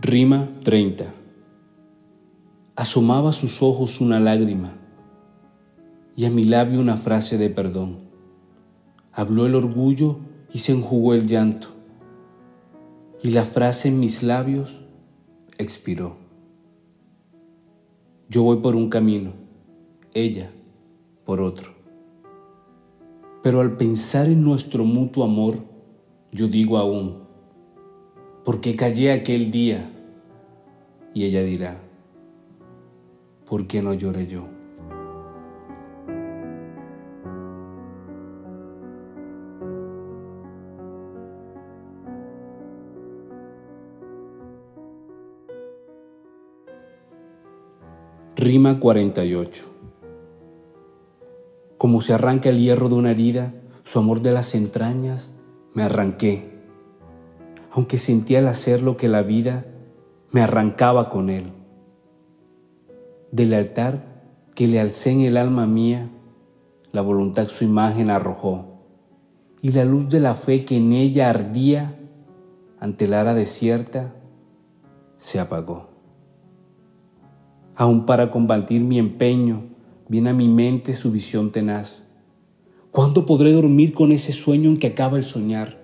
Rima 30. Asomaba a sus ojos una lágrima y a mi labio una frase de perdón. Habló el orgullo y se enjugó el llanto, y la frase en mis labios expiró. Yo voy por un camino, ella por otro. Pero al pensar en nuestro mutuo amor, yo digo aún, ¿por qué callé aquel día? Y ella dirá, ¿por qué no lloré yo? Rima 48. Como se arranca el hierro de una herida, su amor de las entrañas, me arranqué, aunque sentía al hacerlo que la vida me arrancaba con él. Del altar que le alcé en el alma mía, la voluntad su imagen arrojó, y la luz de la fe que en ella ardía, ante el ara desierta, se apagó. Aún para combatir mi empeño, viene a mi mente su visión tenaz. ¿Cuándo podré dormir con ese sueño en que acaba el soñar?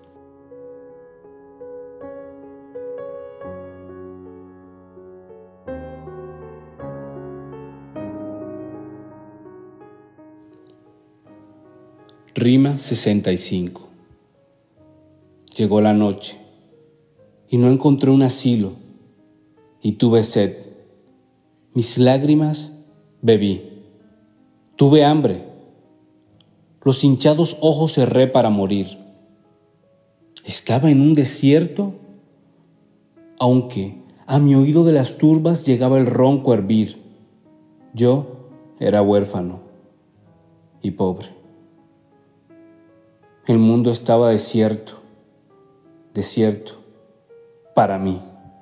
Rima 65. Llegó la noche y no encontré un asilo y tuve sed. Mis lágrimas bebí. Tuve hambre. Los hinchados ojos cerré para morir. Estaba en un desierto, aunque a mi oído de las turbas llegaba el ronco hervir. Yo era huérfano y pobre. El mundo estaba desierto, desierto para mí.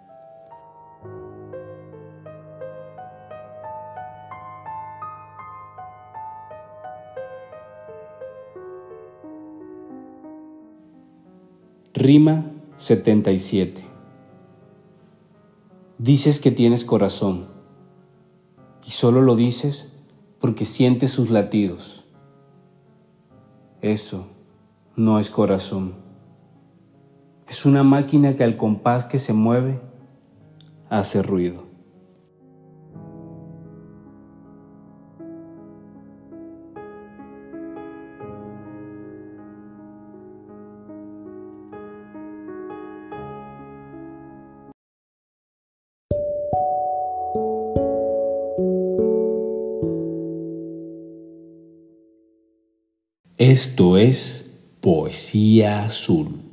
Rima 77. Dices que tienes corazón y solo lo dices porque sientes sus latidos. Eso no es corazón. Es una máquina que al compás que se mueve hace ruido. Esto es Poesía Azul.